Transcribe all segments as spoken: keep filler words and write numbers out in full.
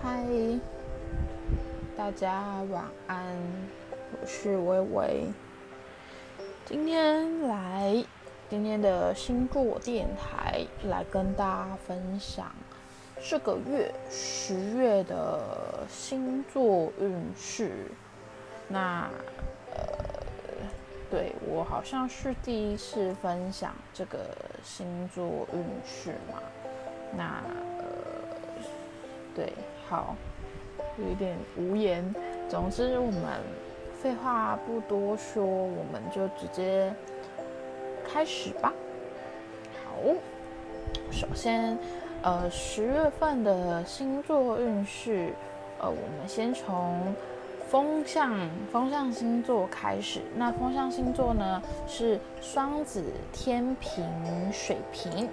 嗨，大家晚安，我是微微。今天来今天的星座电台来跟大家分享这个月十月的星座运势。那呃，对我好像是第一次分享这个星座运势嘛。那呃，对，好。有一点无言。总之，我们废话不多说，我们就直接开始吧。好，首先，呃，十月份的星座运势，呃，我们先从风象风象星座开始。那风象星座呢是双子、天秤、水瓶。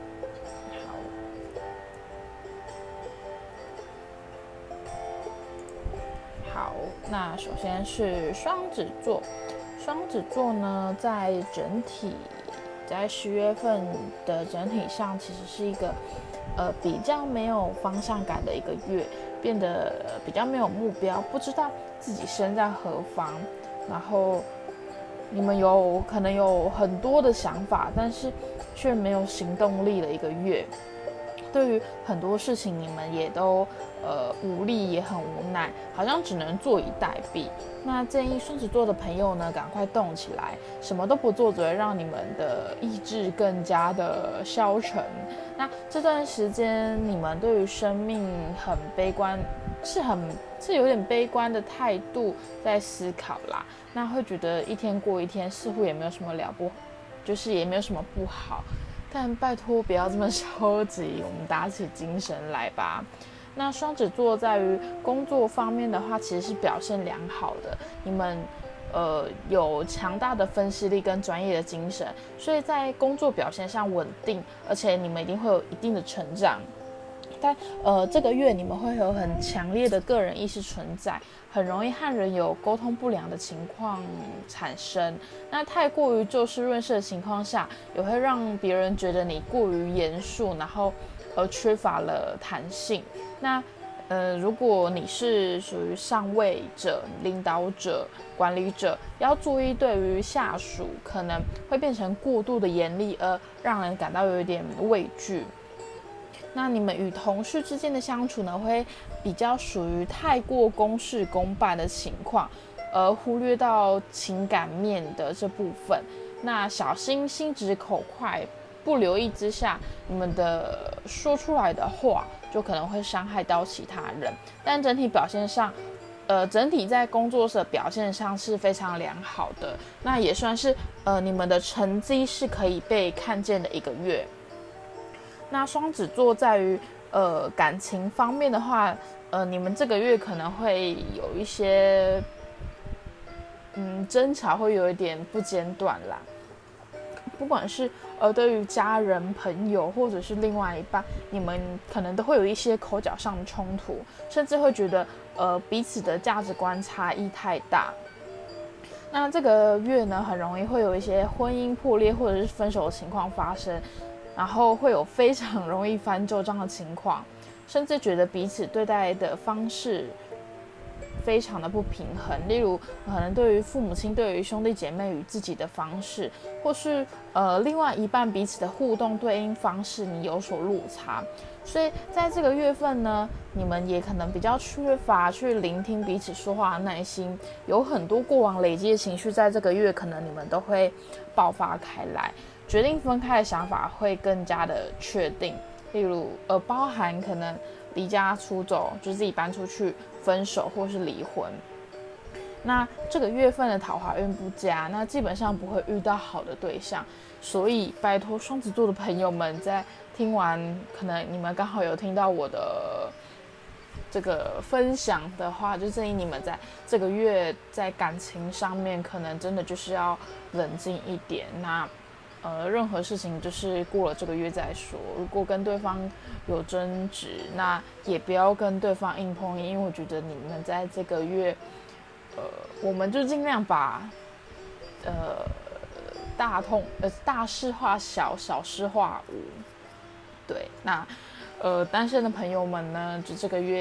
好，那首先是双子座。双子座呢，在整体在十月份的整体上，其实是一个呃比较没有方向感的一个月，变得、呃、比较没有目标，不知道自己身在何方。然后你们有可能有很多的想法，但是却没有行动力的一个月。对于很多事情，你们也都呃无力，也很无奈，好像只能坐以待毙。那建议双子座的朋友呢，赶快动起来，什么都不做，只会让你们的意志更加的消沉。那这段时间，你们对于生命很悲观，是很是有点悲观的态度在思考啦。那会觉得一天过一天，似乎也没有什么了不，就是也没有什么不好。但拜托不要这么消极，我们打起精神来吧。那双子座在于工作方面的话，其实是表现良好的。你们呃有强大的分析力跟专业的精神，所以在工作表现上稳定，而且你们一定会有一定的成长。但呃，这个月你们会有很强烈的个人意识存在，很容易和人有沟通不良的情况产生。那太过于就事论事的情况下，也会让别人觉得你过于严肃，然后呃缺乏了弹性。那呃，如果你是属于上位者、领导者、管理者，要注意对于下属可能会变成过度的严厉，而让人感到有一点畏惧。那你们与同事之间的相处呢，会比较属于太过公事公办的情况，而忽略到情感面的这部分。那小心心直口快，不留意之下，你们的说出来的话就可能会伤害到其他人。但整体表现上，呃，整体在工作的表现上是非常良好的。那也算是呃你们的成绩是可以被看见的一个月。那双子座在于呃感情方面的话，呃，你们这个月可能会有一些嗯争吵，会有一点不间断啦。不管是呃对于家人、朋友，或者是另外一半，你们可能都会有一些口角上的冲突，甚至会觉得呃彼此的价值观差异太大。那这个月呢，很容易会有一些婚姻破裂或者是分手的情况发生。然后会有非常容易翻旧账的情况，甚至觉得彼此对待的方式非常的不平衡。例如，可能对于父母亲、对于兄弟姐妹与自己的方式，或是呃另外一半彼此的互动对应方式，你有所落差。所以在这个月份呢，你们也可能比较缺乏去聆听彼此说话的耐心，有很多过往累积的情绪，在这个月可能你们都会爆发开来。决定分开的想法会更加的确定，例如呃，包含可能离家出走，就自己搬出去，分手或是离婚。那这个月份的桃花运不佳，那基本上不会遇到好的对象，所以拜托双子座的朋友们，在听完可能你们刚好有听到我的这个分享的话，就建议你们在这个月在感情上面，可能真的就是要冷静一点。那呃，任何事情就是过了这个月再说。如果跟对方有争执，那也不要跟对方硬碰硬，因为我觉得你们在这个月，呃，我们就尽量把呃大痛呃大事化小，小事化无。对，那呃单身的朋友们呢，就这个月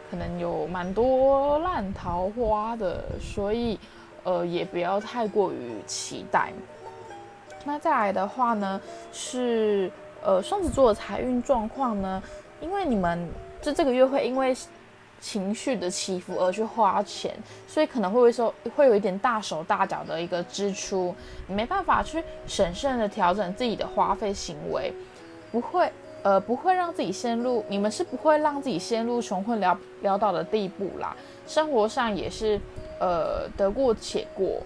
可能有蛮多烂桃花的，所以呃也不要太过于期待。那再来的话呢，是呃双子座的财运状况呢，因为你们就这个月会因为情绪的起伏而去花钱，所以可能会说会有一点大手大脚的一个支出，你没办法去审慎的调整自己的花费行为，不会呃不会让自己陷入，你们是不会让自己陷入穷困潦潦倒的地步啦，生活上也是呃得过且过。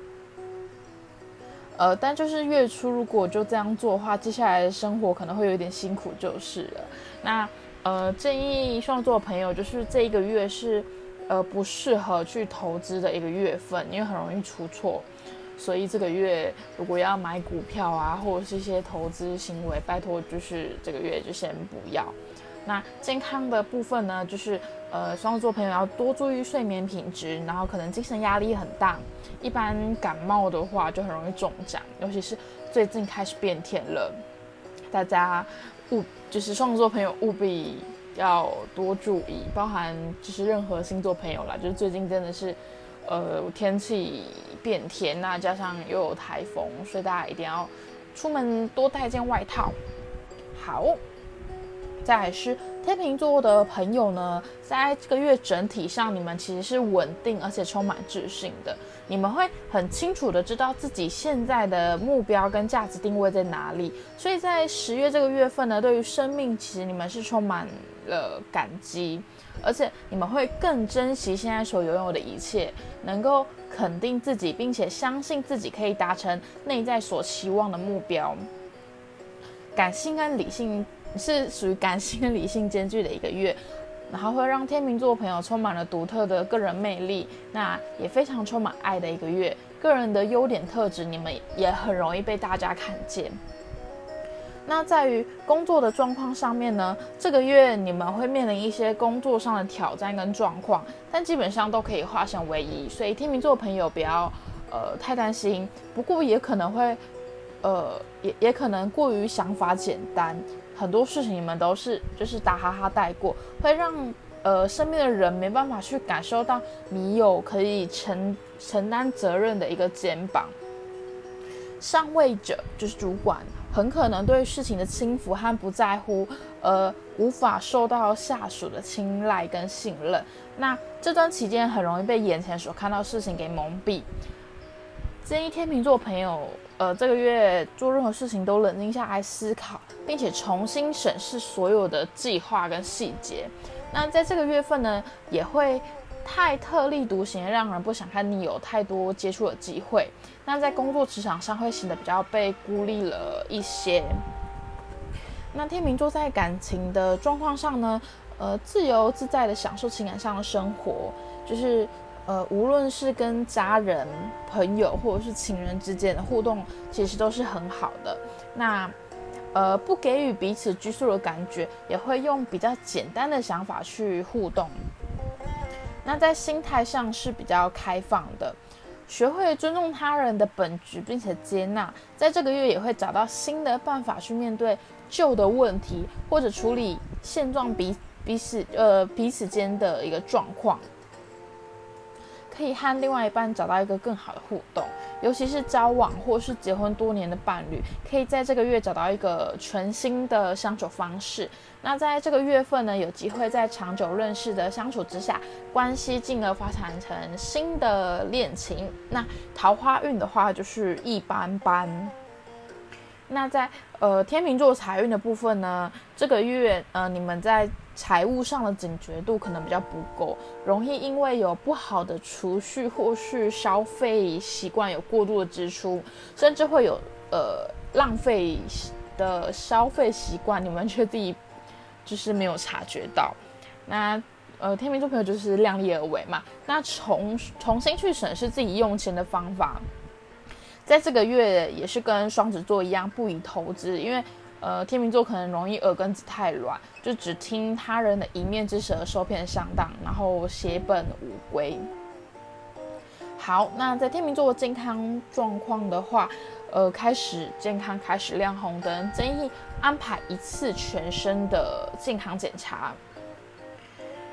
呃，但就是月初如果就这样做的话，接下来的生活可能会有点辛苦就是了。那呃，建议双子座的朋友就是这一个月是呃不适合去投资的一个月份，因为很容易出错。所以这个月如果要买股票啊，或者是一些投资行为，拜托就是这个月就先不要。那健康的部分呢，就是呃双子座朋友要多注意睡眠品质，然后可能精神压力很大，一般感冒的话就很容易中奖，尤其是最近开始变天了，大家务就是双子座朋友务必要多注意，包含就是任何星座朋友啦，就是最近真的是呃天气变天，那加上又有台风，所以大家一定要出门多带件外套。好。再来是天秤座的朋友呢，在这个月整体上，你们其实是稳定而且充满自信的。你们会很清楚的知道自己现在的目标跟价值定位在哪里，所以在十月这个月份呢，对于生命其实你们是充满了感激，而且你们会更珍惜现在所拥有的一切，能够肯定自己，并且相信自己可以达成内在所期望的目标。感性跟理性。是属于感性跟理性兼具的一个月，然后会让天秤座朋友充满了独特的个人魅力，那也非常充满爱的一个月。个人的优点特质，你们也很容易被大家看见。那在于工作的状况上面呢，这个月你们会面临一些工作上的挑战跟状况，但基本上都可以化险为夷，所以天秤座朋友不要呃太担心，不过也可能会呃也也可能过于想法简单。很多事情你们都是就是打哈哈带过，会让呃身边的人没办法去感受到你有可以承承担责任的一个肩膀。上位者就是主管，很可能对事情的轻浮和不在乎，呃无法受到下属的青睐跟信任。那这段期间很容易被眼前所看到的事情给蒙蔽。建议天秤座朋友。呃，这个月做任何事情都冷静下来思考，并且重新审视所有的计划跟细节。那在这个月份呢，也会太特立独行，让人不想和你有太多接触的机会。那在工作职场上会显得比较被孤立了一些。那天秤座在感情的状况上呢，呃，自由自在的享受情感上的生活，就是。呃，无论是跟家人、朋友或者是情人之间的互动，其实都是很好的。那呃，不给予彼此拘束的感觉，也会用比较简单的想法去互动。那在心态上是比较开放的，学会尊重他人的本质，并且接纳。在这个月也会找到新的办法去面对旧的问题，或者处理现状彼彼此呃彼此间的一个状况。可以和另外一半找到一个更好的互动，尤其是交往或是结婚多年的伴侣，可以在这个月找到一个全新的相处方式。那在这个月份呢，有机会在长久认识的相处之下，关系进而发展成新的恋情。那桃花运的话，就是一般般。那在呃天秤座财运的部分呢，这个月呃你们在财务上的警觉度可能比较不够，容易因为有不好的储蓄或是消费习惯有过度的支出，甚至会有呃浪费的消费习惯，你们却自己就是没有察觉到。那呃天秤座朋友就是量力而为嘛，那重重新去审视自己用钱的方法。在这个月也是跟双子座一样，不宜投资，因为呃天秤座可能容易耳根子太软，就只听他人的一面之词而受骗上当，然后血本无归。好，那在天秤座的健康状况的话，呃，开始健康开始亮红灯，建议安排一次全身的健康检查。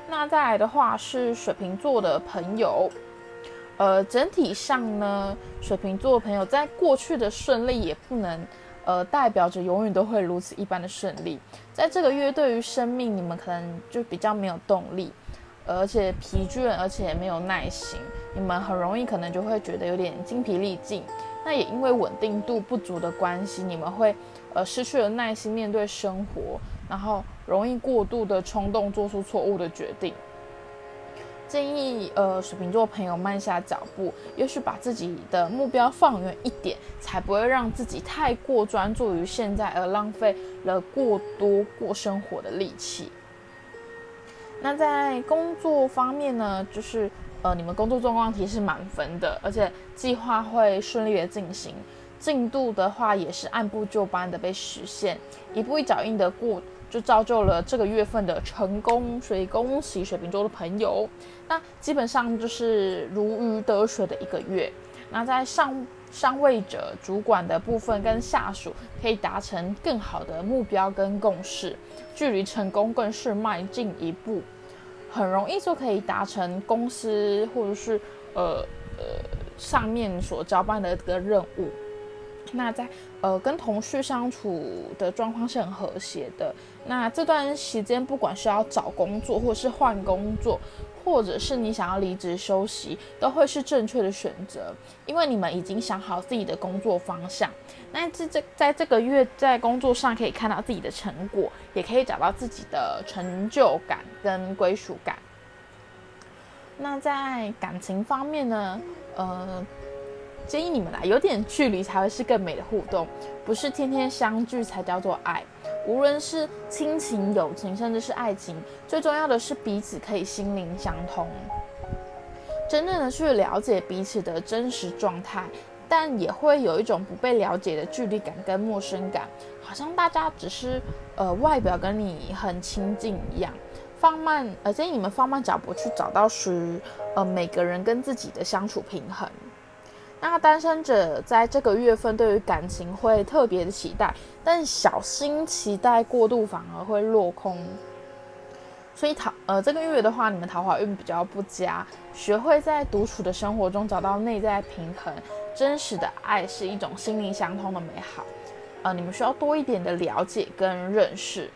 那再来的话是水瓶座的朋友，呃，整体上呢，水瓶座的朋友在过去的顺利也不能呃代表着永远都会如此一般的顺利。在这个月，对于生命你们可能就比较没有动力，而且疲倦，而且没有耐心，你们很容易可能就会觉得有点精疲力尽。那也因为稳定度不足的关系，你们会呃失去了耐心面对生活，然后容易过度的冲动做出错误的决定。建议呃水瓶座朋友慢下脚步，也许把自己的目标放远一点，才不会让自己太过专注于现在，而浪费了过多过生活的力气。那在工作方面呢，就是呃你们工作状况其实是满分的，而且计划会顺利的进行，进度的话也是按部就班的被实现，一步一脚印的过，就造就了这个月份的成功，所以恭喜水瓶座的朋友。那基本上就是如鱼得水的一个月。那在上上位者、主管的部分跟下属可以达成更好的目标跟共识，距离成功更是迈进一步，很容易就可以达成公司或者是呃呃上面所交办的一个任务。那在呃跟同事相处的状况是很和谐的。那这段时间不管是要找工作，或是换工作，或者是你想要离职休息，都会是正确的选择，因为你们已经想好自己的工作方向。那这这在这个月在工作上可以看到自己的成果，也可以找到自己的成就感跟归属感。那在感情方面呢，呃。建议你们啦，有点距离才会是更美的互动，不是天天相聚才叫做爱。无论是亲情、友情，甚至是爱情，最重要的是彼此可以心灵相通，真正的去了解彼此的真实状态，但也会有一种不被了解的距离感跟陌生感，好像大家只是呃外表跟你很亲近一样。放慢，呃，建议你们放慢脚步，去找到属于呃每个人跟自己的相处平衡。那单身者在这个月份对于感情会特别的期待，但小心期待过度反而会落空。所以桃呃这个月的话，你们桃花运比较不佳，学会在独处的生活中找到内在平衡。真实的爱是一种心灵相通的美好，呃，你们需要多一点的了解跟认识。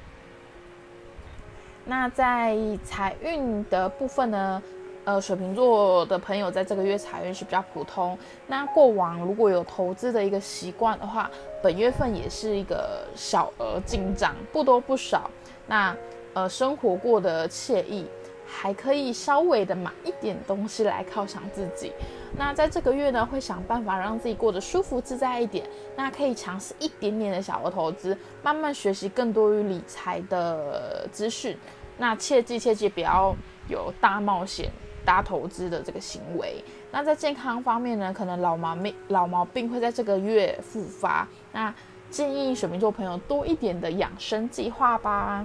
那在财运的部分呢？呃，水瓶座的朋友在这个月财运是比较普通。那过往如果有投资的一个习惯的话，本月份也是一个小额进账，不多不少。那呃，生活过得惬意，还可以稍微的买一点东西来犒赏自己。那在这个月呢，会想办法让自己过得舒服自在一点。那可以尝试一点点的小额投资，慢慢学习更多于理财的资讯。那切记切记不要有大冒险、大投资的这个行为。那在健康方面呢，可能老毛病老毛病会在这个月复发。那建议水瓶座朋友多一点的养生计划吧。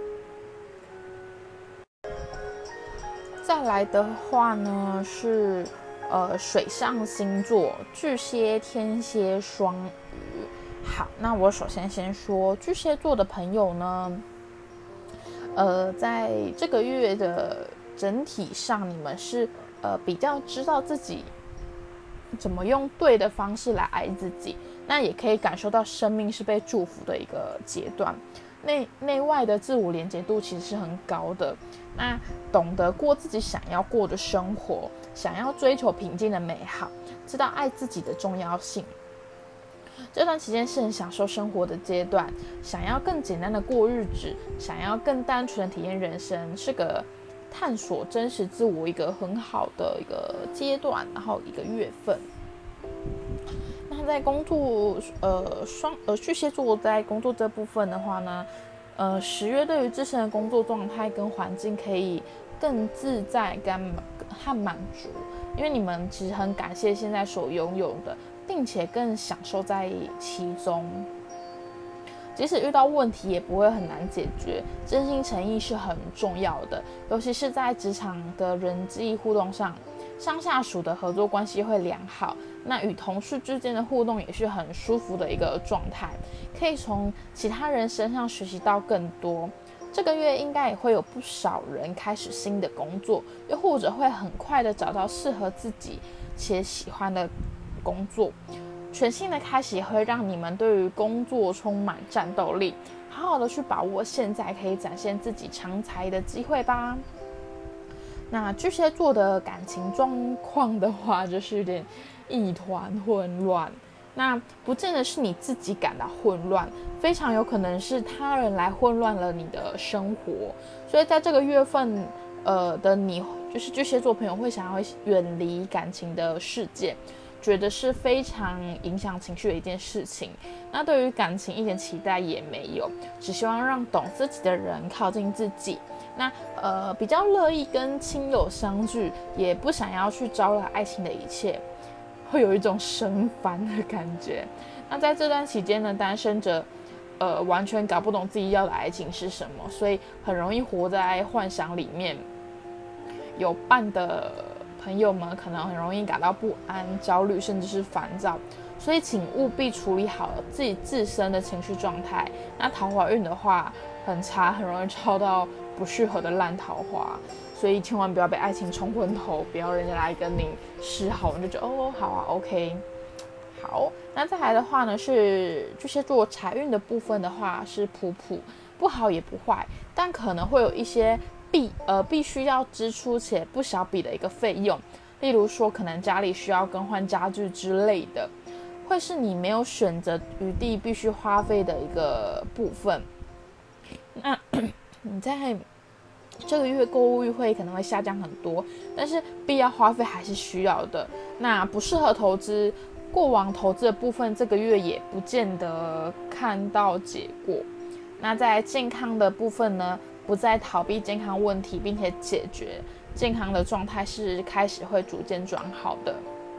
再来的话呢是呃水象星座巨蟹、天蝎、双鱼。好，那我首先先说巨蟹座的朋友呢，呃，在这个月的整体上，你们是呃比较知道自己怎么用对的方式来爱自己，那也可以感受到生命是被祝福的一个阶段。内内外的自我连结度其实是很高的，那懂得过自己想要过的生活，想要追求平静的美好，知道爱自己的重要性。这段期间是很享受生活的阶段，想要更简单的过日子，想要更单纯的体验人生，是个探索真实自我一个很好的一个阶段，然后一个月份。那在工作，呃，双呃巨蟹座在工作这部分的话呢，呃，十月对于自身的工作状态跟环境可以更自在跟和满足，因为你们其实很感谢现在所拥有的，并且更享受在其中。即使遇到问题也不会很难解决，真心诚意是很重要的，尤其是在职场的人际互动上，上下属的合作关系会良好，那与同事之间的互动也是很舒服的一个状态，可以从其他人身上学习到更多。 这个月应该也会有不少人开始新的工作，又或者会很快的找到适合自己且喜欢的工作。全新的开始也会让你们对于工作充满战斗力，好好的去把握现在可以展现自己长才的机会吧。那巨蟹座的感情状况的话，就是有点一团混乱。那不见得是你自己感到混乱，非常有可能是他人来混乱了你的生活。所以在这个月份，呃的你，就是巨蟹座朋友会想要远离感情的世界，觉得是非常影响情绪的一件事情。那对于感情一点期待也没有，只希望让懂自己的人靠近自己。那呃比较乐意跟亲友相聚，也不想要去招揽爱情的一切。会有一种生烦的感觉。那在这段期间呢，单身者呃完全搞不懂自己要的爱情是什么，所以很容易活在幻想里面。有伴的朋友们可能很容易感到不安、焦虑，甚至是烦躁。所以请务必处理好自己自身的情绪状态。那桃花运的话很差，很容易超到不适合的烂桃花。所以千万不要被爱情冲昏头，不要人家来跟你示好，你就觉得哦好啊 OK。 好，那再来的话呢，是巨蟹座财运的部分的话是普普，不好也不坏，但可能会有一些必呃必须要支出且不小笔的一个费用，例如说可能家里需要更换家具之类的，会是你没有选择余地必须花费的一个部分。那你在这个月购物欲会可能会下降很多，但是必要花费还是需要的。那不适合投资，过往投资的部分这个月也不见得看到结果。那在健康的部分呢，不再逃避健康问题，并且解决，健康的状态是开始会逐渐转好的。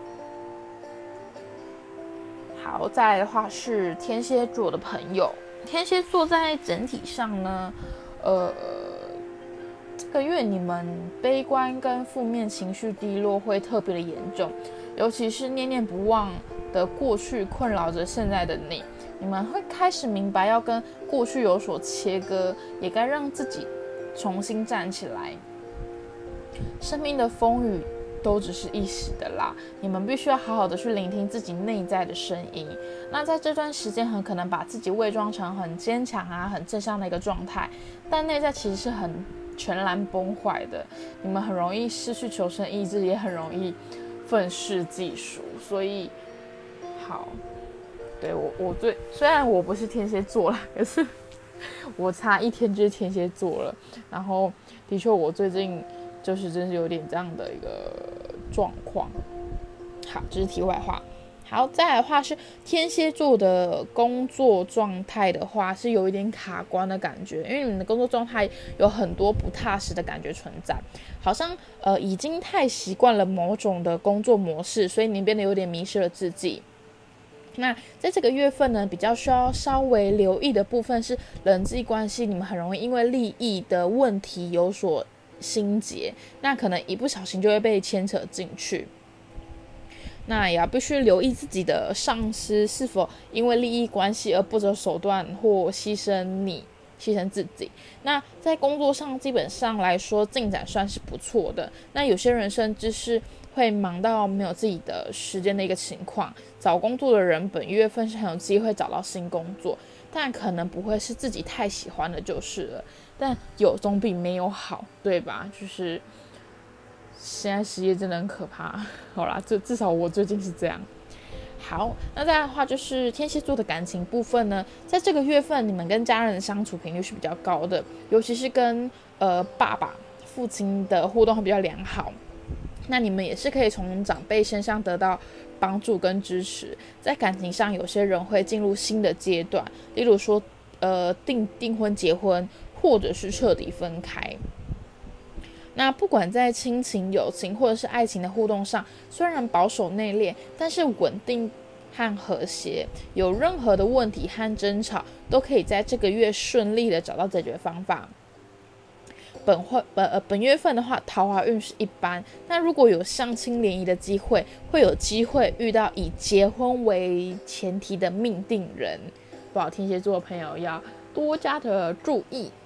好，再来的话是天蝎座的朋友，天蝎座在整体上呢，呃。这个月你们悲观跟负面情绪低落会特别的严重，尤其是念念不忘的过去困扰着现在的你，你们会开始明白要跟过去有所切割，也该让自己重新站起来。生命的风雨都只是一时的啦，你们必须要好好的去聆听自己内在的声音。那在这段时间很可能把自己伪装成很坚强啊、很正向的一个状态，但内在其实是很全然崩坏的。你们很容易失去求生意志，也很容易愤世嫉俗。所以好，对我我最虽然我不是天蝎座啦，可是我差一天就是天蝎座了。然后的确我最近就是真是有点这样的一个状况。好，这是题外话。好，再来的话是天蝎座的工作状态的话是有一点卡关的感觉，因为你们的工作状态有很多不踏实的感觉存在，好像呃已经太习惯了某种的工作模式，所以你变得有点迷失了自己。那在这个月份呢，比较需要稍微留意的部分是人际关系，你们很容易因为利益的问题有所心结，那可能一不小心就会被牵扯进去。那也要必须留意自己的上司是否因为利益关系而不择手段或牺牲你牺牲自己。那在工作上基本上来说进展算是不错的，那有些人甚至是会忙到没有自己的时间的一个情况。找工作的人本月份是很有机会找到新工作，但可能不会是自己太喜欢的就是了，但有总比没有好，对吧？就是现在失业真的很可怕。好啦，至少我最近是这样。好，那再来的话就是天蝎座的感情部分呢，在这个月份你们跟家人的相处频率是比较高的，尤其是跟呃爸爸父亲的互动会比较良好。那你们也是可以从长辈身上得到帮助跟支持。在感情上有些人会进入新的阶段，例如说呃订订婚结婚，或者是彻底分开。那不管在亲情、友情或者是爱情的互动上，虽然保守内敛，但是稳定和和谐。有任何的问题和争吵，都可以在这个月顺利的找到解决方法。本会本呃本月份的话，桃花运是一般，但如果有相亲联谊的机会，会有机会遇到以结婚为前提的命定人。不好，天蝎座的朋友要多加的注意。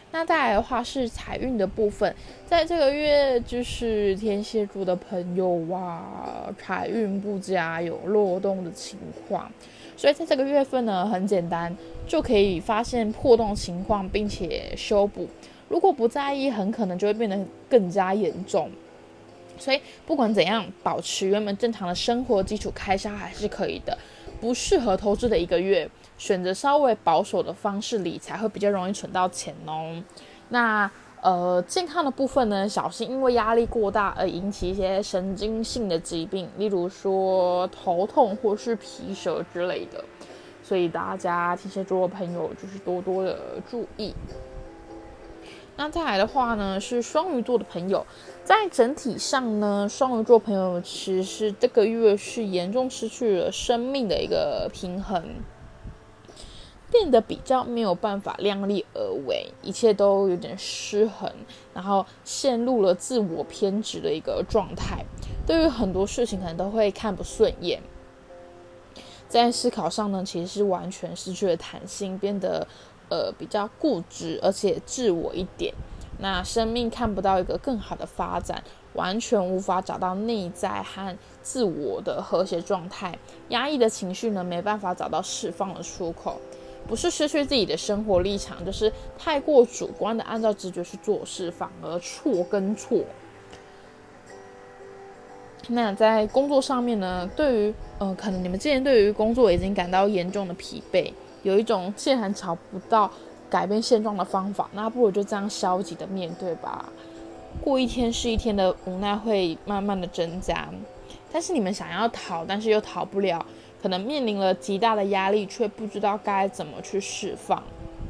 那再来的话是财运的部分，在这个月就是天蝎座的朋友哇，财运不佳，有漏洞的情况，所以在这个月份呢，很简单就可以发现破洞情况，并且修补。如果不在意，很可能就会变得更加严重。所以不管怎样，保持原本正常的生活基础开销还是可以的。不适合投资的一个月，选择稍微保守的方式理财会比较容易存到钱哦。那呃健康的部分呢，小心因为压力过大而引起一些神经性的疾病，例如说头痛或是皮蛇之类的。所以大家天蝎座的朋友就是多多的注意。那再来的话呢，是双鱼座的朋友，在整体上呢，双鱼座朋友其实这个月是严重失去了生命的一个平衡，变得比较没有办法量力而为，一切都有点失衡，然后陷入了自我偏执的一个状态，对于很多事情可能都会看不顺眼。在思考上呢，其实是完全失去了弹性，变得呃比较固执，而且自我一点。那生命看不到一个更好的发展，完全无法找到内在和自我的和谐状态。压抑的情绪呢，没办法找到释放的出口。不是失去自己的生活立场，就是太过主观的按照直觉去做事，反而错跟错。那在工作上面呢，对于呃，可能你们之前对于工作已经感到严重的疲惫，有一种既然找不到改变现状的方法，那不如就这样消极的面对吧。过一天是一天的无奈会慢慢的增加，但是你们想要逃，但是又逃不了，可能面临了极大的压力，却不知道该怎么去释放。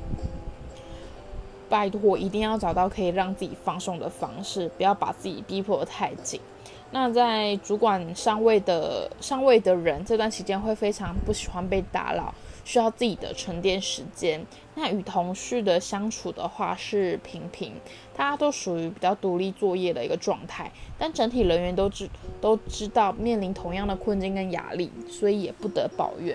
拜托，一定要找到可以让自己放松的方式，不要把自己逼迫得太紧。那在主管上位的上位的人，这段期间会非常不喜欢被打扰，需要自己的沉淀时间。那与同事的相处的话是平平，大家都属于比较独立作业的一个状态，但整体人员都知都知道面临同样的困境跟压力，所以也不得抱怨。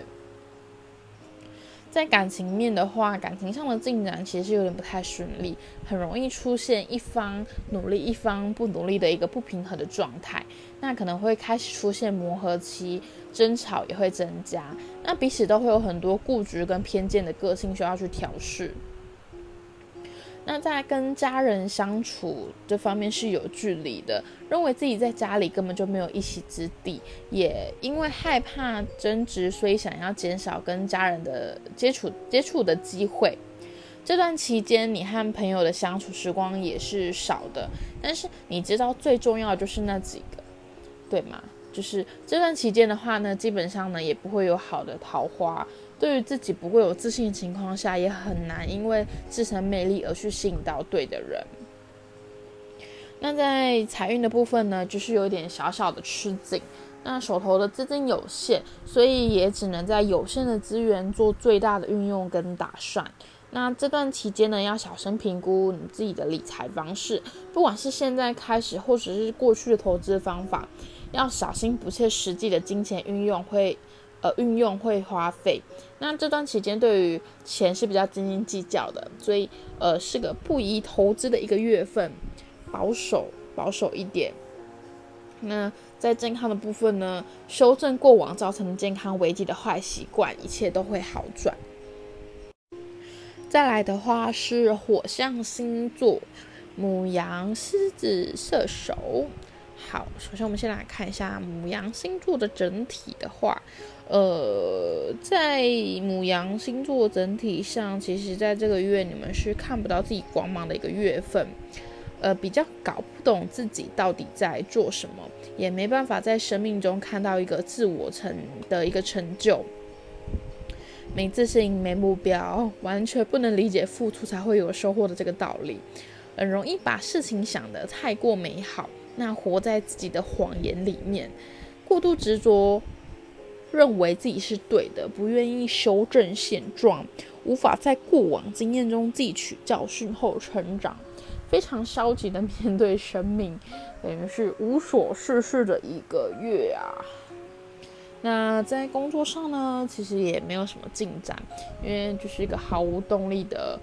在感情面的话，感情上的进展其实是有点不太顺利，很容易出现一方努力一方不努力的一个不平衡的状态，那可能会开始出现磨合期，争吵也会增加，那彼此都会有很多固执跟偏见的个性需要去调试。那在跟家人相处这方面是有距离的，认为自己在家里根本就没有一席之地，也因为害怕争执，所以想要减少跟家人的接触接触的机会。这段期间你和朋友的相处时光也是少的，但是你知道最重要的就是那几个，对吗？就是这段期间的话呢，基本上呢也不会有好的桃花，对于自己不会有自信的情况下，也很难因为自身魅力而去吸引到对的人。那在财运的部分呢，就是有点小小的吃紧，那手头的资金有限，所以也只能在有限的资源做最大的运用跟打算。那这段期间呢，要小心评估你自己的理财方式，不管是现在开始或者是过去的投资方法，要小心不切实际的金钱运用会呃运用会花费。那这段期间对于钱是比较斤斤计较的，所以呃是个不宜投资的一个月份，保守保守一点。那在健康的部分呢，修正过往造成健康危机的坏习惯，一切都会好转。再来的话是火象星座，牡羊、狮子、射手。好，首先我们先来看一下牡羊星座的整体的话，呃，在牡羊星座整体上，其实在这个月你们是看不到自己光芒的一个月份，呃，比较搞不懂自己到底在做什么，也没办法在生命中看到一个自我成的一个成就。没自信、没目标，完全不能理解付出才会有收获的这个道理，很容易把事情想得太过美好，那活在自己的谎言里面，过度执着，认为自己是对的，不愿意修正现状，无法在过往经验中汲取教训后成长，非常消极的面对生命，等于是无所事事的一个月啊。那在工作上呢，其实也没有什么进展，因为就是一个毫无动力的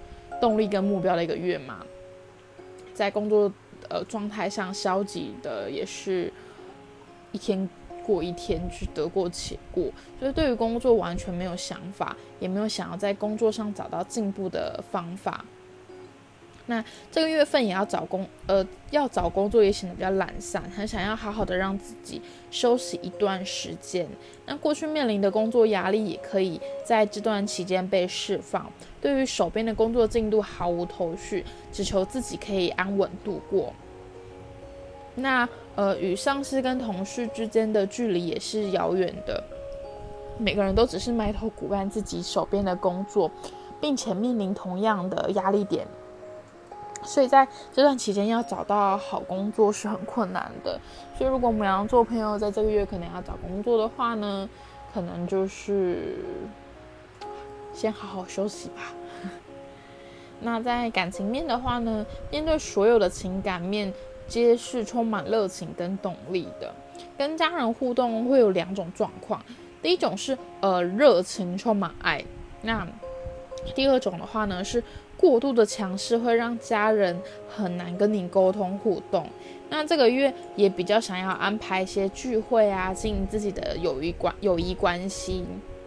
动力跟目标的一个月嘛，在工作呃状态上消极的也是一天过一天，去得过且过，所以对于工作完全没有想法，也没有想要在工作上找到进步的方法。那这个月份也要找工，呃，要找工作也显得比较懒散，很想要好好的让自己休息一段时间。那过去面临的工作压力也可以在这段期间被释放。对于手边的工作进度毫无头绪，只求自己可以安稳度过。那呃，与上司跟同事之间的距离也是遥远的，每个人都只是埋头苦干自己手边的工作，并且面临同样的压力点。所以在这段期间要找到好工作是很困难的，所以如果牡羊座朋友在这个月可能要找工作的话呢，可能就是先好好休息吧。那在感情面的话呢，面对所有的情感面皆是充满热情跟动力的。跟家人互动会有两种状况，第一种是呃热情充满爱，那第二种的话呢是过度的强势，会让家人很难跟你沟通互动。那这个月也比较想要安排一些聚会啊，经营自己的友谊关友谊关系，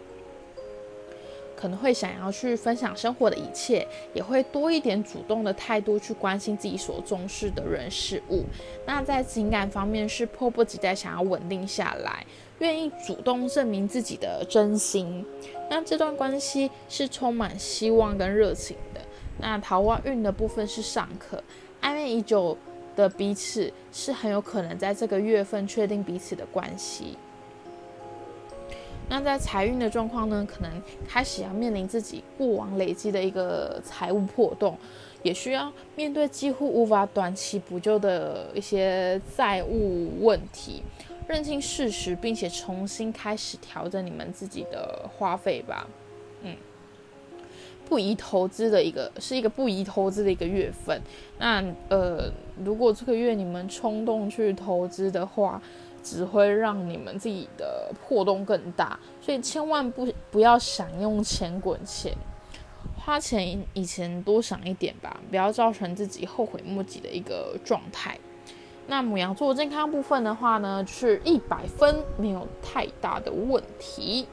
可能会想要去分享生活的一切，也会多一点主动的态度去关心自己所重视的人事物。那在情感方面是迫不及待想要稳定下来，愿意主动证明自己的真心。那这段关系是充满希望跟热情的。那桃花运的部分是上课，暧昧已久的彼此是很有可能在这个月份确定彼此的关系。那在财运的状况呢，可能开始要面临自己过往累积的一个财务破洞，也需要面对几乎无法短期补救的一些债务问题，认清事实，并且重新开始调整你们自己的花费吧。嗯，不宜投资的一个是一个不宜投资的一个月份。那呃，如果这个月你们冲动去投资的话，只会让你们自己的破洞更大，所以千万不不要想用钱滚钱，花钱以前多想一点吧，不要造成自己后悔莫及的一个状态。那牡羊座健康部分的话呢，是一百分，没有太大的问题。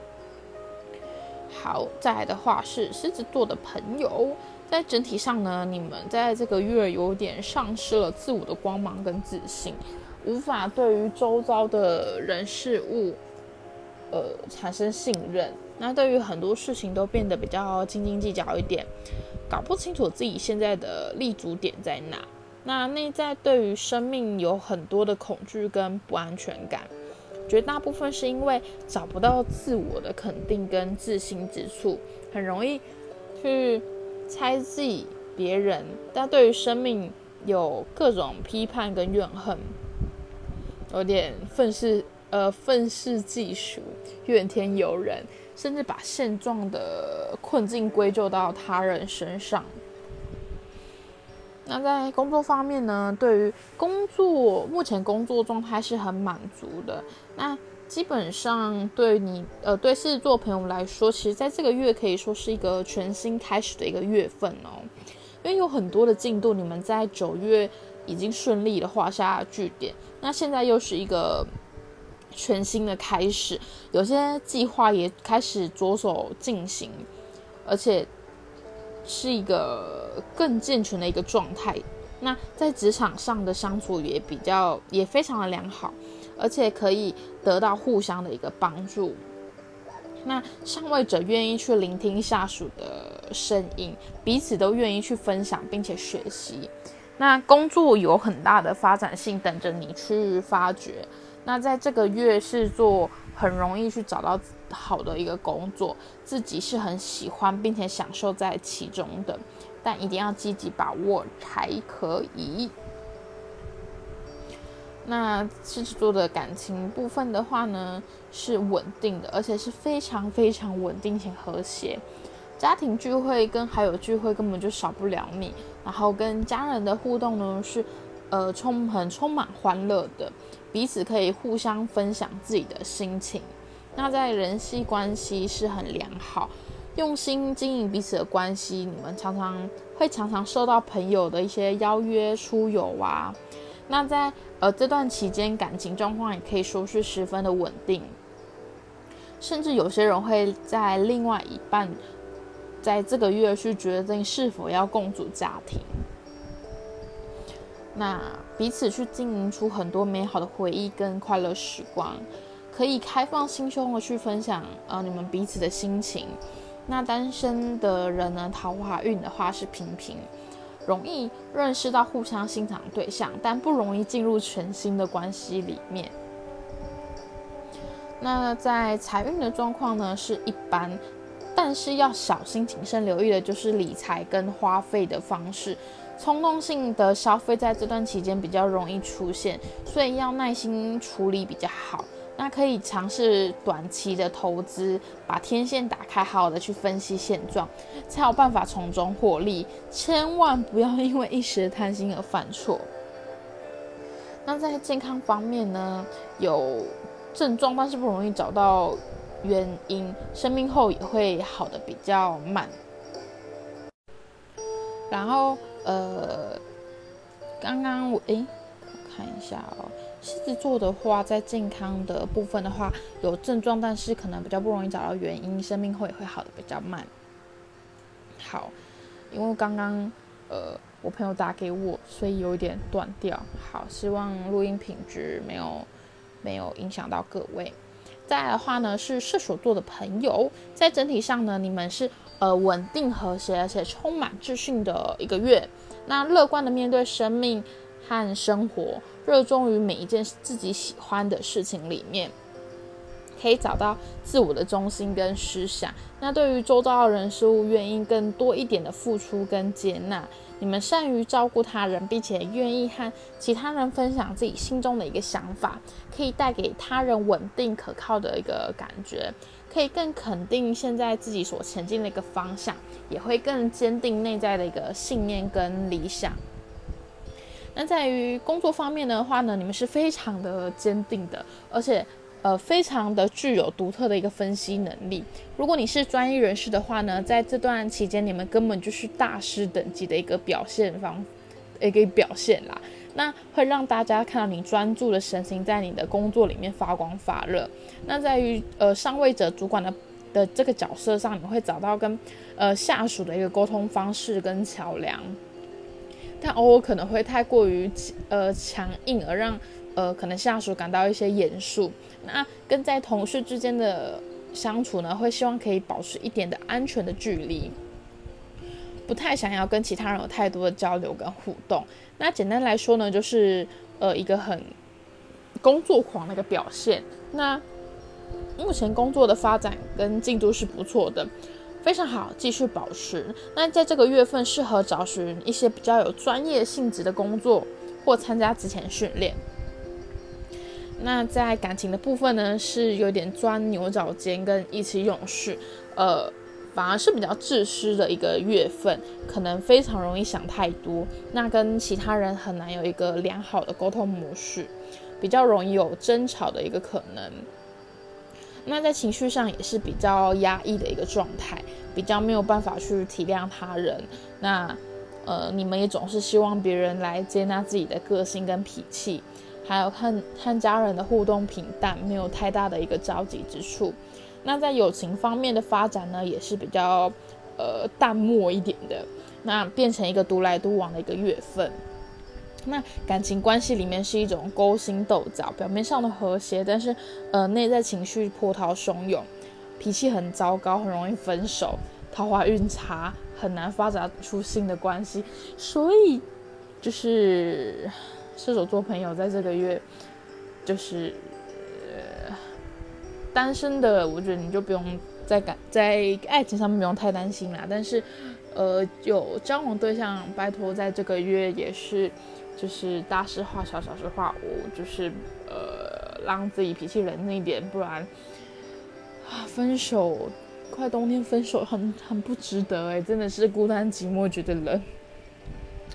好，再来的话是狮子座的朋友，在整体上呢，你们在这个月有点丧失了自我的光芒跟自信，无法对于周遭的人事物呃产生信任，那对于很多事情都变得比较斤斤计较一点，搞不清楚自己现在的立足点在哪。那内在对于生命有很多的恐惧跟不安全感，绝大部分是因为找不到自我的肯定跟自信之处，很容易去猜忌别人，但对于生命有各种批判跟怨恨，有点愤世呃愤世嫉俗、怨天尤人，甚至把现状的困境归咎到他人身上。那在工作方面呢，对于工作目前工作状态是很满足的。那基本上对你呃对狮子座朋友来说，其实在这个月可以说是一个全新开始的一个月份哦，因为有很多的进度，你们在九月已经顺利的画下句点，那现在又是一个全新的开始，有些计划也开始着手进行，而且是一个更健全的一个状态。那在职场上的相处也比较也非常的良好，而且可以得到互相的一个帮助。那上位者愿意去聆听下属的声音，彼此都愿意去分享并且学习。那工作有很大的发展性等着你去发掘。那在这个月是做很容易去找到好的一个工作，自己是很喜欢并且享受在其中的，但一定要积极把握才可以。那狮子座的感情部分的话呢，是稳定的，而且是非常非常稳定且和谐。家庭聚会跟好友聚会根本就少不了你，然后跟家人的互动呢是呃充很充满欢乐的，彼此可以互相分享自己的心情。那在人际关系是很良好， 用心经营彼此的关系，你们常常会常常受到朋友的一些邀约出游啊。那在呃这段期间，感情状况也可以说是十分的稳定，甚至有些人会在另外一半在这个月去决定是否要共组家庭。那彼此去经营出很多美好的回忆跟快乐时光，可以开放心胸的去分享呃你们彼此的心情。那单身的人呢，桃花运的话是平平，容易认识到互相欣赏的对象，但不容易进入全新的关系里面。那在财运的状况呢是一般，但是要小心谨慎留意的就是理财跟花费的方式，冲动性的消费在这段期间比较容易出现，所以要耐心处理比较好。那可以尝试短期的投资，把天线打开，好好的去分析现状，才有办法从中获利。千万不要因为一时的贪心而犯错。那在健康方面呢，有症状但是不容易找到原因，生病后也会好的比较慢。然后呃，刚刚我诶，我看一下哦。狮子座的话，在健康的部分的话，有症状，但是可能比较不容易找到原因，生病后也会好的比较慢。好，因为刚刚呃我朋友打给我，所以有一点断掉。好，希望录音品质没有没有影响到各位。再来的话呢，是射手座的朋友，在整体上呢，你们是呃稳定和谐，而且充满自信的一个月。那乐观的面对生命和生活，热衷于每一件自己喜欢的事情里面，可以找到自我的中心跟思想。那对于周遭的人事物，愿意更多一点的付出跟接纳。你们善于照顾他人，并且愿意和其他人分享自己心中的一个想法，可以带给他人稳定可靠的一个感觉，可以更肯定现在自己所前进的一个方向，也会更坚定内在的一个信念跟理想。那在于工作方面的话呢，你们是非常的坚定的，而且呃非常的具有独特的一个分析能力。如果你是专业人士的话呢，在这段期间你们根本就是大师等级的一个表现方一个表现啦。那会让大家看到你专注的神情在你的工作里面发光发热。那在于呃上位者主管的的这个角色上，你会找到跟呃下属的一个沟通方式跟桥梁。但偶尔可能会太过于呃强硬，而让呃可能下属感到一些严肃。那跟在同事之间的相处呢，会希望可以保持一点的安全的距离，不太想要跟其他人有太多的交流跟互动。那简单来说呢，就是呃一个很工作狂的一个表现。那目前工作的发展跟进度是不错的，非常好，继续保持。那在这个月份适合找寻一些比较有专业性质的工作，或参加职前训练。那在感情的部分呢，是有点钻牛角尖跟意气用事，呃，反而是比较自私的一个月份，可能非常容易想太多，那跟其他人很难有一个良好的沟通模式，比较容易有争吵的一个可能。那在情绪上也是比较压抑的一个状态，比较没有办法去体谅他人。那呃，你们也总是希望别人来接纳自己的个性跟脾气，还有和和家人的互动平淡，没有太大的一个交集之处。那在友情方面的发展呢，也是比较呃淡漠一点的，那变成一个独来独往的一个月份。那感情关系里面是一种勾心斗角，表面上的和谐，但是呃内在情绪波涛汹涌，脾气很糟糕，很容易分手，桃花运差，很难发展出新的关系。所以就是射手座朋友在这个月就是呃单身的，我觉得你就不用在感在爱情上面不用太担心啦。但是呃有交往对象，拜托在这个月也是就是大事化小，小事化无，就是呃让自己脾气冷静一点，不然啊分手快冬天分手很很不值得哎，真的是孤单寂寞觉得冷。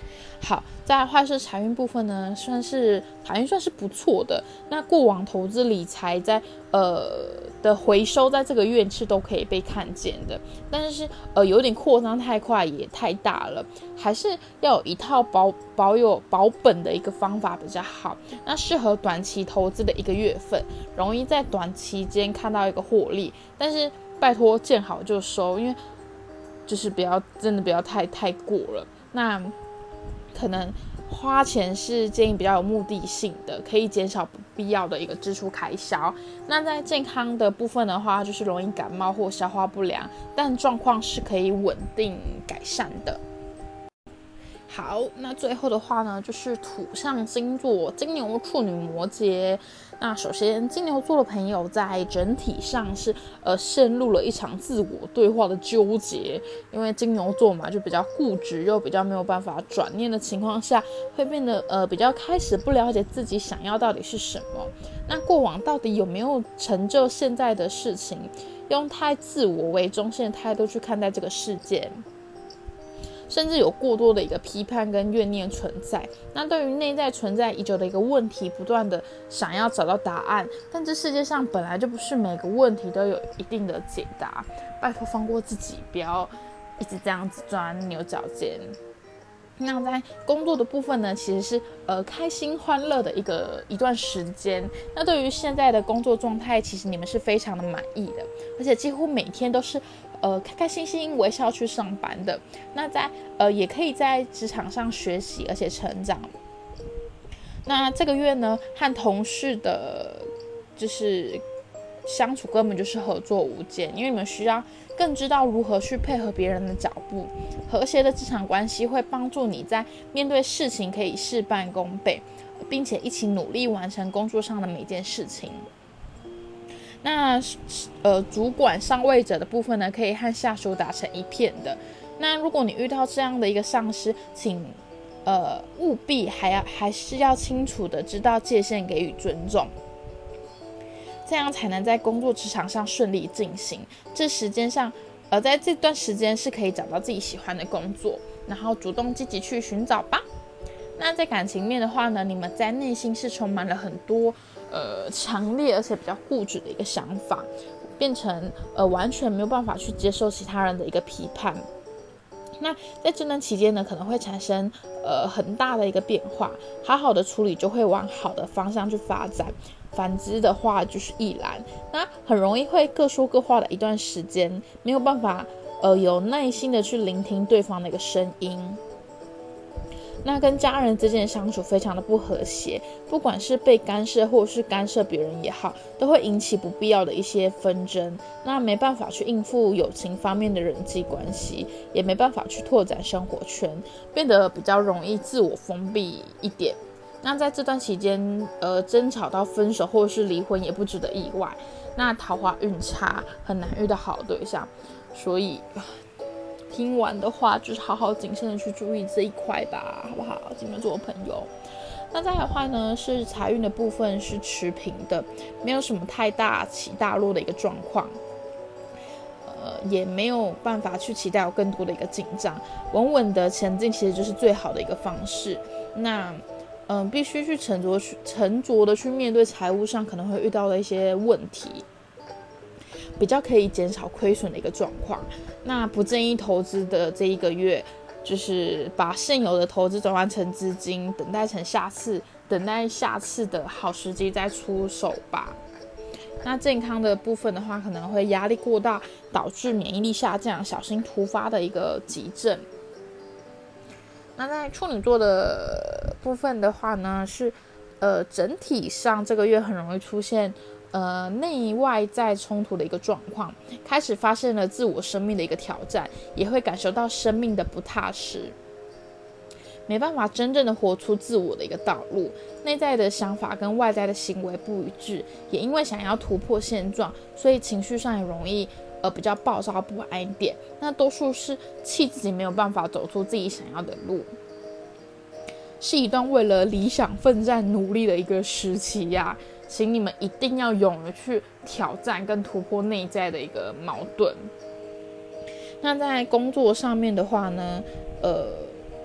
好，在坏事财运部分呢，算是财运算是不错的。那过往投资理财在呃的回收，在这个月是都可以被看见的，但是呃有点扩张太快也太大了，还是要有一套保保有保本的一个方法比较好。那适合短期投资的一个月份，容易在短期间看到一个获利，但是拜托见好就收，因为就是不要真的不要太太过了。那可能花钱是建议比较有目的性的，可以减少不必要的一个支出开销。那在健康的部分的话，就是容易感冒或消化不良，但状况是可以稳定改善的。好，那最后的话呢，就是土象星座金牛、处女、摩羯。那首先，金牛座的朋友在整体上是呃陷入了一场自我对话的纠结，因为金牛座嘛，就比较固执又比较没有办法转念的情况下，会变得呃比较开始不了解自己想要到底是什么。那过往到底有没有成就现在的事情，用太自我为中心的态度去看待这个世界。甚至有过多的一个批判跟怨念存在。那对于内在存在已久的一个问题，不断的想要找到答案，但这世界上本来就不是每个问题都有一定的解答。拜托放过自己，不要一直这样子钻牛角尖。那在工作的部分呢，其实是呃开心欢乐的一个一段时间。那对于现在的工作状态，其实你们是非常的满意的，而且几乎每天都是呃开开心心微笑去上班的。那在呃也可以在职场上学习而且成长。那这个月呢，和同事的就是相处根本就是合作无间，因为你们需要更知道如何去配合别人的脚步。和谐的职场关系会帮助你在面对事情可以事半功倍，并且一起努力完成工作上的每件事情。那呃，主管上位者的部分呢，可以和下属打成一片的。那如果你遇到这样的一个上司，请呃务必还要还是要清楚的知道界限，给予尊重。这样才能在工作职场上顺利进行。这时间上，呃，在这段时间是可以找到自己喜欢的工作，然后主动积极去寻找吧。那在感情面的话呢，你们在内心是充满了很多呃强烈而且比较固执的一个想法，变成呃完全没有办法去接受其他人的一个批判。那在这段期间呢，可能会产生呃很大的一个变化，好好的处理就会往好的方向去发展。反之的话就是易然，那很容易会各说各话的一段时间，没有办法呃有耐心的去聆听对方的一个声音。那跟家人之间的相处非常的不和谐，不管是被干涉或者是干涉别人也好，都会引起不必要的一些纷争。那没办法去应付友情方面的人际关系，也没办法去拓展生活圈，变得比较容易自我封闭一点。那在这段期间，呃，争吵到分手或者是离婚也不值得意外。那桃花运差，很难遇到好的对象，所以听完的话，就是好好谨慎的去注意这一块吧，好不好？金牛座的朋友。那再来的话呢，是财运的部分是持平的，没有什么太大起大落的一个状况。呃，也没有办法去期待有更多的一个进账，稳稳的前进其实就是最好的一个方式。那嗯、呃，必须去沉着去沉着的去面对财务上可能会遇到的一些问题，比较可以减少亏损的一个状况。那不建议投资的这一个月，就是把现有的投资转换成资金，等待成下次，等待下次的好时机再出手吧。那健康的部分的话，可能会压力过大，导致免疫力下降，小心突发的一个急症。那在处女座的部分的话呢，是呃整体上这个月很容易出现呃内外在冲突的一个状况，开始发现了自我生命的一个挑战，也会感受到生命的不踏实，没办法真正的活出自我的一个道路，内在的想法跟外在的行为不一致，也因为想要突破现状，所以情绪上也容易呃比较暴躁不安一点。那多数是气自己没有办法走出自己想要的路，是一段为了理想奋战努力的一个时期呀、啊。请你们一定要勇于去挑战跟突破内在的一个矛盾。那在工作上面的话呢，呃。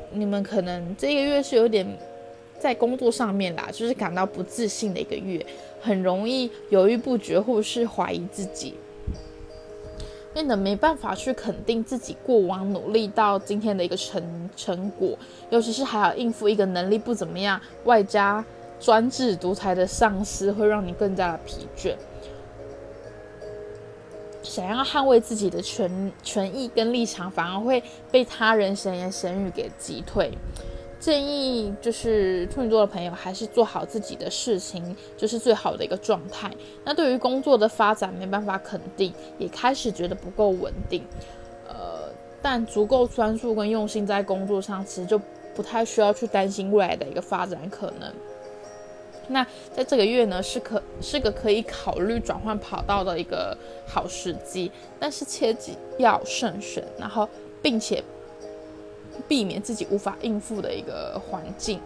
你们可能这个月是有点在工作上面啦，就是感到不自信的一个月，很容易犹豫不决或是怀疑自己，变得没办法去肯定自己过往努力到今天的一个成成果，尤其是还要应付一个能力不怎么样，外加专制独裁的上司，会让你更加的疲倦。想要捍卫自己的权权益跟立场，反而会被他人闲言闲语给击退。建议就是处女座的朋友，还是做好自己的事情，就是最好的一个状态。那对于工作的发展没办法肯定，也开始觉得不够稳定。呃，但足够专注跟用心在工作上，其实就不太需要去担心未来的一个发展可能。那在这个月呢，是可是个可以考虑转换跑道的一个好时机，但是切记要慎选，然后并且避免自己无法应付的一个环境。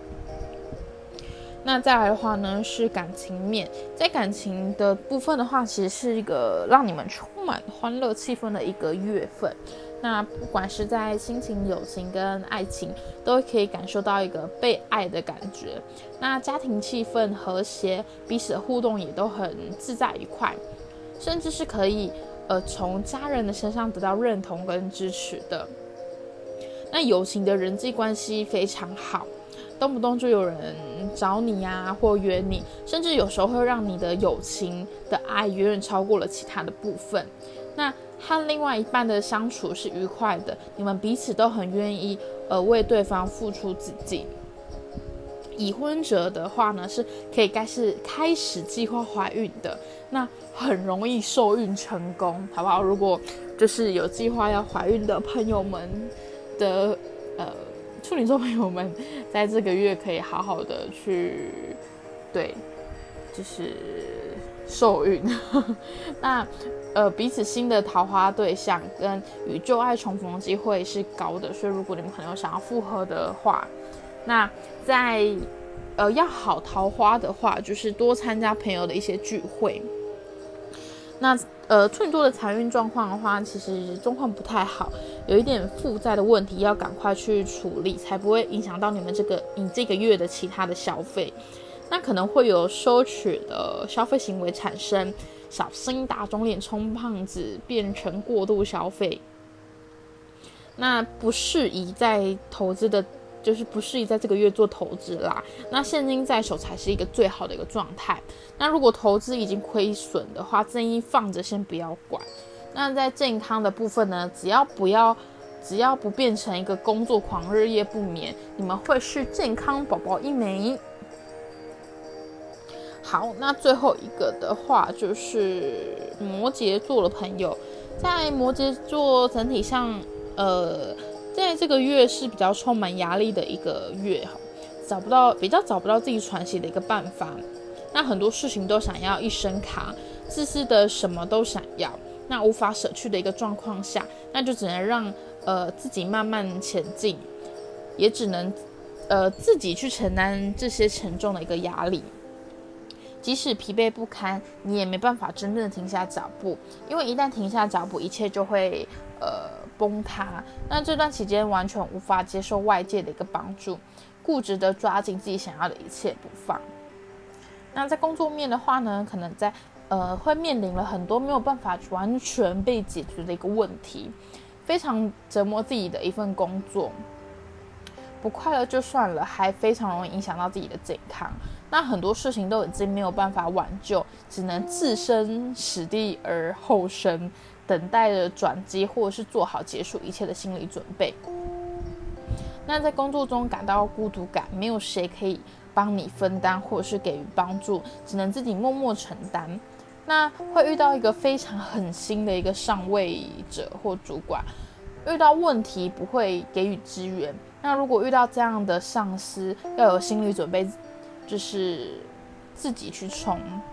那再来的话呢，是感情面，在感情的部分的话，其实是一个让你们充满欢乐气氛的一个月份。那不管是在亲情、友情跟爱情，都可以感受到一个被爱的感觉。那家庭气氛和谐，彼此的互动也都很自在愉快，甚至是可以呃从家人的身上得到认同跟支持的。那友情的人际关系非常好，动不动就有人找你啊，或约你，甚至有时候会让你的友情的爱远远超过了其他的部分。那和另外一半的相处是愉快的，你们彼此都很愿意呃为对方付出自己。已婚者的话呢，是可以开始开始计划怀孕的，那很容易受孕成功，好不好？如果就是有计划要怀孕的朋友们的呃处女座朋友们，在这个月可以好好的去对，就是受孕。那呃彼此新的桃花对象跟与旧爱重逢的机会是高的，所以如果你们可能有想要复合的话，那在呃要好桃花的话，就是多参加朋友的一些聚会。那呃处女座的财运状况的话，其实状况不太好，有一点负债的问题，要赶快去处理，才不会影响到你们这个你这个月的其他的消费。那可能会有收取的消费行为产生，小心打肿脸充胖子，变成过度消费。那不适宜在投资的，就是不适宜在这个月做投资啦。那现金在手才是一个最好的一个状态。那如果投资已经亏损的话，建议放着先不要管。那在健康的部分呢，只要不要只要不变成一个工作狂，日夜不眠，你们会是健康宝宝一枚。好，那最后一个的话就是摩羯座的朋友，在摩羯座整体上，呃，在这个月是比较充满压力的一个月，找不到比较找不到自己喘息的一个办法。那很多事情都想要一声卡，自私的什么都想要，那无法舍去的一个状况下，那就只能让呃自己慢慢前进，也只能呃自己去承担这些沉重的一个压力。即使疲惫不堪，你也没办法真正的停下脚步，因为一旦停下脚步，一切就会呃崩塌。那这段期间完全无法接受外界的一个帮助，固执的抓紧自己想要的一切不放。那在工作面的话呢，可能在呃会面临了很多没有办法完全被解决的一个问题，非常折磨自己的一份工作。不快乐就算了，还非常容易影响到自己的健康。那很多事情都已经没有办法挽救，只能置身死地而后生，等待着转机，或者是做好结束一切的心理准备。那在工作中感到孤独感，没有谁可以帮你分担或者是给予帮助，只能自己默默承担。那会遇到一个非常狠心的一个上位者或主管，遇到问题不会给予支援。那如果遇到这样的上司，要有心理准备，就是自己去冲。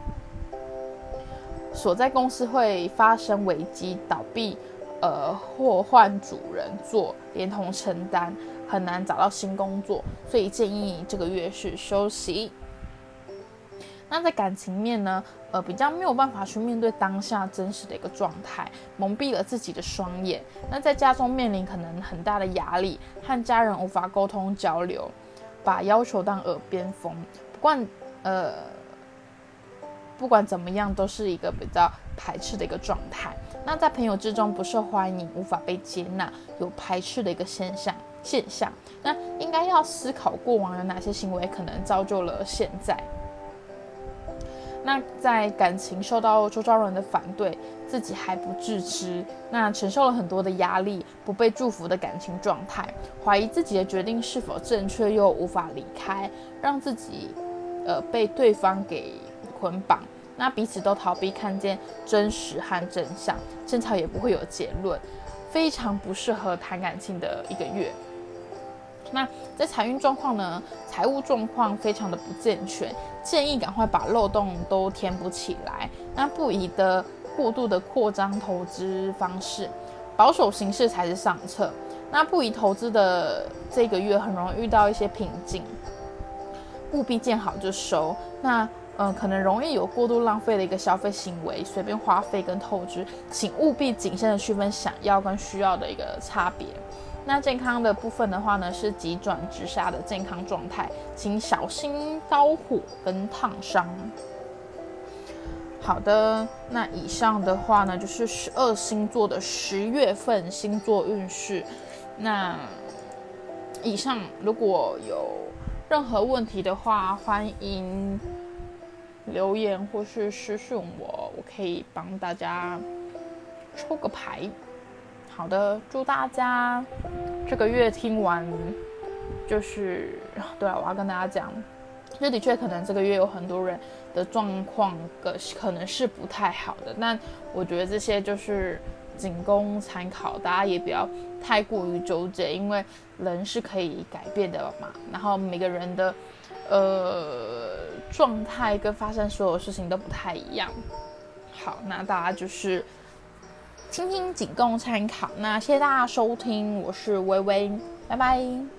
所在公司会发生危机、倒闭，呃，或换主人做，连同承担，很难找到新工作，所以建议这个月是休息。 那在感情面呢，呃，比较没有办法去面对当下真实的一个状态，蒙蔽了自己的双眼。那在家中面临可能很大的压力，和家人无法沟通交流，把要求当耳边风。不管呃，不管怎么样，都是一个比较排斥的一个状态。那在朋友之中不受欢迎，无法被接纳，有排斥的一个现象。现象，那应该要思考过往有哪些行为可能造就了现在。那在感情受到周遭人的反对，自己还不自知，那承受了很多的压力，不被祝福的感情状态，怀疑自己的决定是否正确，又无法离开，让自己呃被对方给捆绑。那彼此都逃避看见真实和真相，争吵也不会有结论，非常不适合谈感情的一个月。那在财运状况呢，财务状况非常的不健全，建议赶快把漏洞都填补起来。那不宜的过度的扩张投资方式，保守形式才是上策。那不宜投资的这个月很容易遇到一些瓶颈，务必见好就收。那嗯，可能容易有过度浪费的一个消费行为，随便花费跟透支，请务必谨慎的区分想要跟需要的一个差别。那健康的部分的话呢，是急转直下的健康状态，请小心高火跟烫伤。好的，那以上的话呢，就是十二星座的十月份星座运势。那以上如果有任何问题的话，欢迎留言或是私讯我，我可以帮大家抽个牌。好的，祝大家这个月听完，就是对啊，我要跟大家讲，就的确可能这个月有很多人的状况可能是不太好的，但我觉得这些就是仅供参考，大家也不要太过于纠结，因为人是可以改变的嘛，然后每个人的呃状态跟发生所有事情都不太一样。好，那大家就是听听仅供参考。那谢谢大家收听，我是微微，拜拜。